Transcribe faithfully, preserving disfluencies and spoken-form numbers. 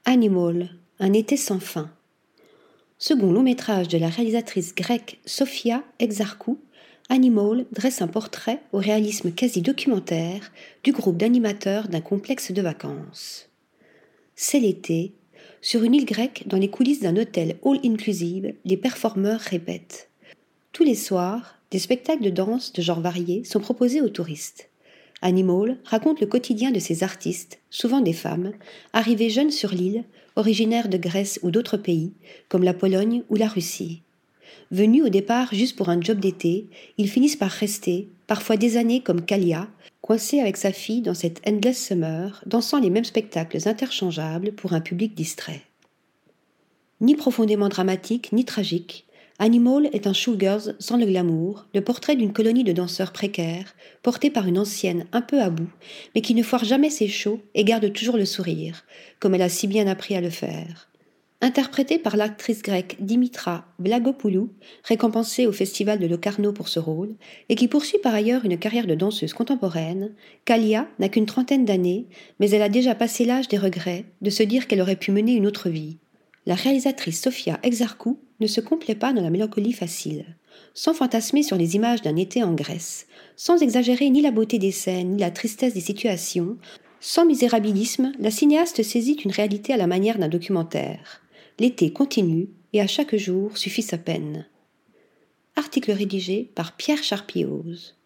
Animal, un été sans fin. Second long métrage de la réalisatrice grecque Sofia Exarchou, Animal dresse un portrait au réalisme quasi documentaire du groupe d'animateurs d'un complexe de vacances. C'est l'été, sur une île grecque dans les coulisses d'un hôtel all-inclusive, les performeurs répètent. Tous les soirs, des spectacles de danse de genres variés sont proposés aux touristes. Animal raconte le quotidien de ces artistes, souvent des femmes, arrivées jeunes sur l'île, originaires de Grèce ou d'autres pays, comme la Pologne ou la Russie. Venus au départ juste pour un job d'été, ils finissent par rester, parfois des années comme Kalia, coincée avec sa fille dans cette endless summer, dansant les mêmes spectacles interchangeables pour un public distrait. Ni profondément dramatique, ni tragique, Animal est un showgirls sans le glamour, le portrait d'une colonie de danseurs précaires, portée par une ancienne un peu à bout, mais qui ne foire jamais ses shows et garde toujours le sourire, comme elle a si bien appris à le faire. Interprétée par l'actrice grecque Dimitra Blagopoulou, récompensée au festival de Locarno pour ce rôle, et qui poursuit par ailleurs une carrière de danseuse contemporaine, Kalia n'a qu'une trentaine d'années, mais elle a déjà passé l'âge des regrets, de se dire qu'elle aurait pu mener une autre vie. La réalisatrice Sofia Exarchou ne se complaît pas dans la mélancolie facile, sans fantasmer sur les images d'un été en Grèce, sans exagérer ni la beauté des scènes, ni la tristesse des situations, sans misérabilisme, la cinéaste saisit une réalité à la manière d'un documentaire. L'été continue et à chaque jour suffit sa peine. Article rédigé par Pierre Charpioz.